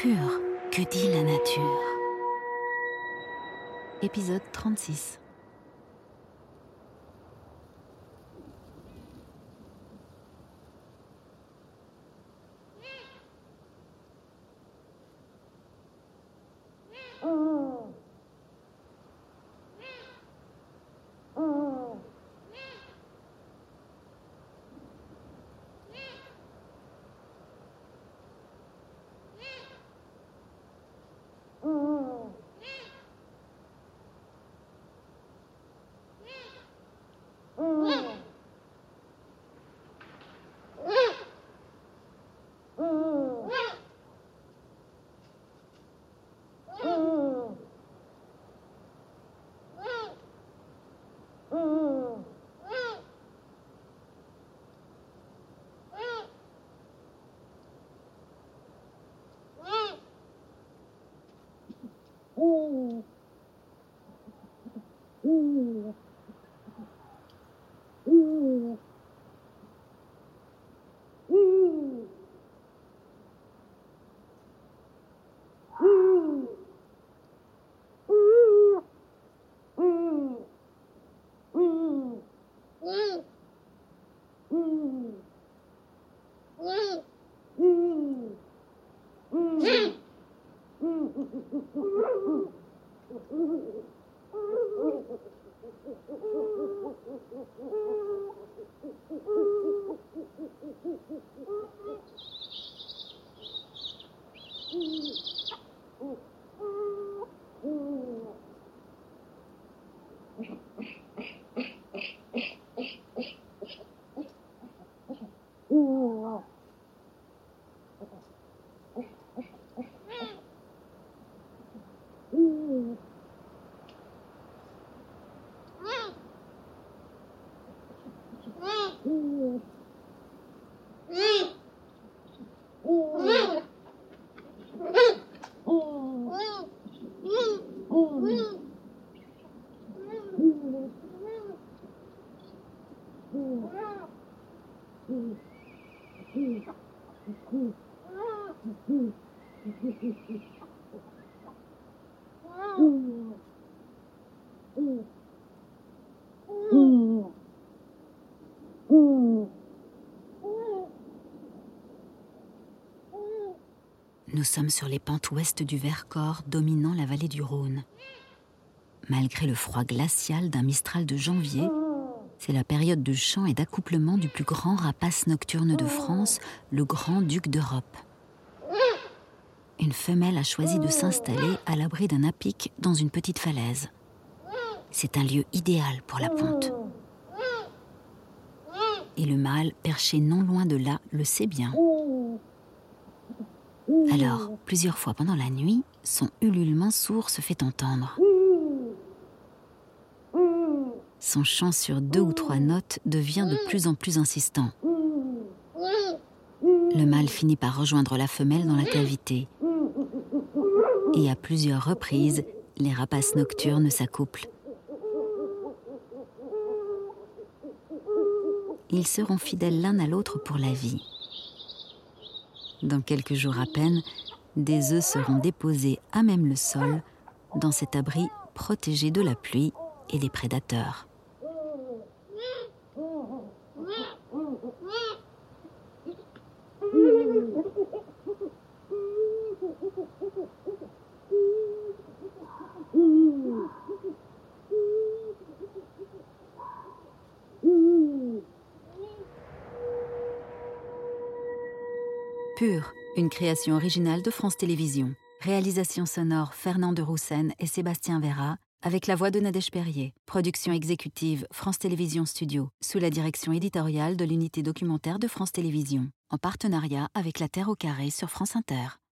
pur, que dit la nature? Épisode 36. Nous sommes sur les pentes ouest du Vercors dominant la vallée du Rhône. Malgré le froid glacial d'un mistral de janvier, c'est la période de chant et d'accouplement du plus grand rapace nocturne de France, le grand-duc d'Europe. Une femelle a choisi de s'installer à l'abri d'un apic dans une petite falaise. C'est un lieu idéal pour la ponte. Et le mâle, perché non loin de là, le sait bien. Alors, plusieurs fois pendant la nuit, son ululement sourd se fait entendre. Son chant sur 2 ou 3 notes devient de plus en plus insistant. Le mâle finit par rejoindre la femelle dans la cavité. Et à plusieurs reprises, les rapaces nocturnes s'accouplent. Ils seront fidèles l'un à l'autre pour la vie. Dans quelques jours à peine, des œufs seront déposés à même le sol, dans cet abri protégé de la pluie et des prédateurs. Pur, une création originale de France Télévisions. Réalisation sonore Fernand de Roussen et Sébastien Vera, avec la voix de Nadège Perrier. Production exécutive France Télévisions Studio, sous la direction éditoriale de l'unité documentaire de France Télévisions, en partenariat avec La Terre au Carré sur France Inter.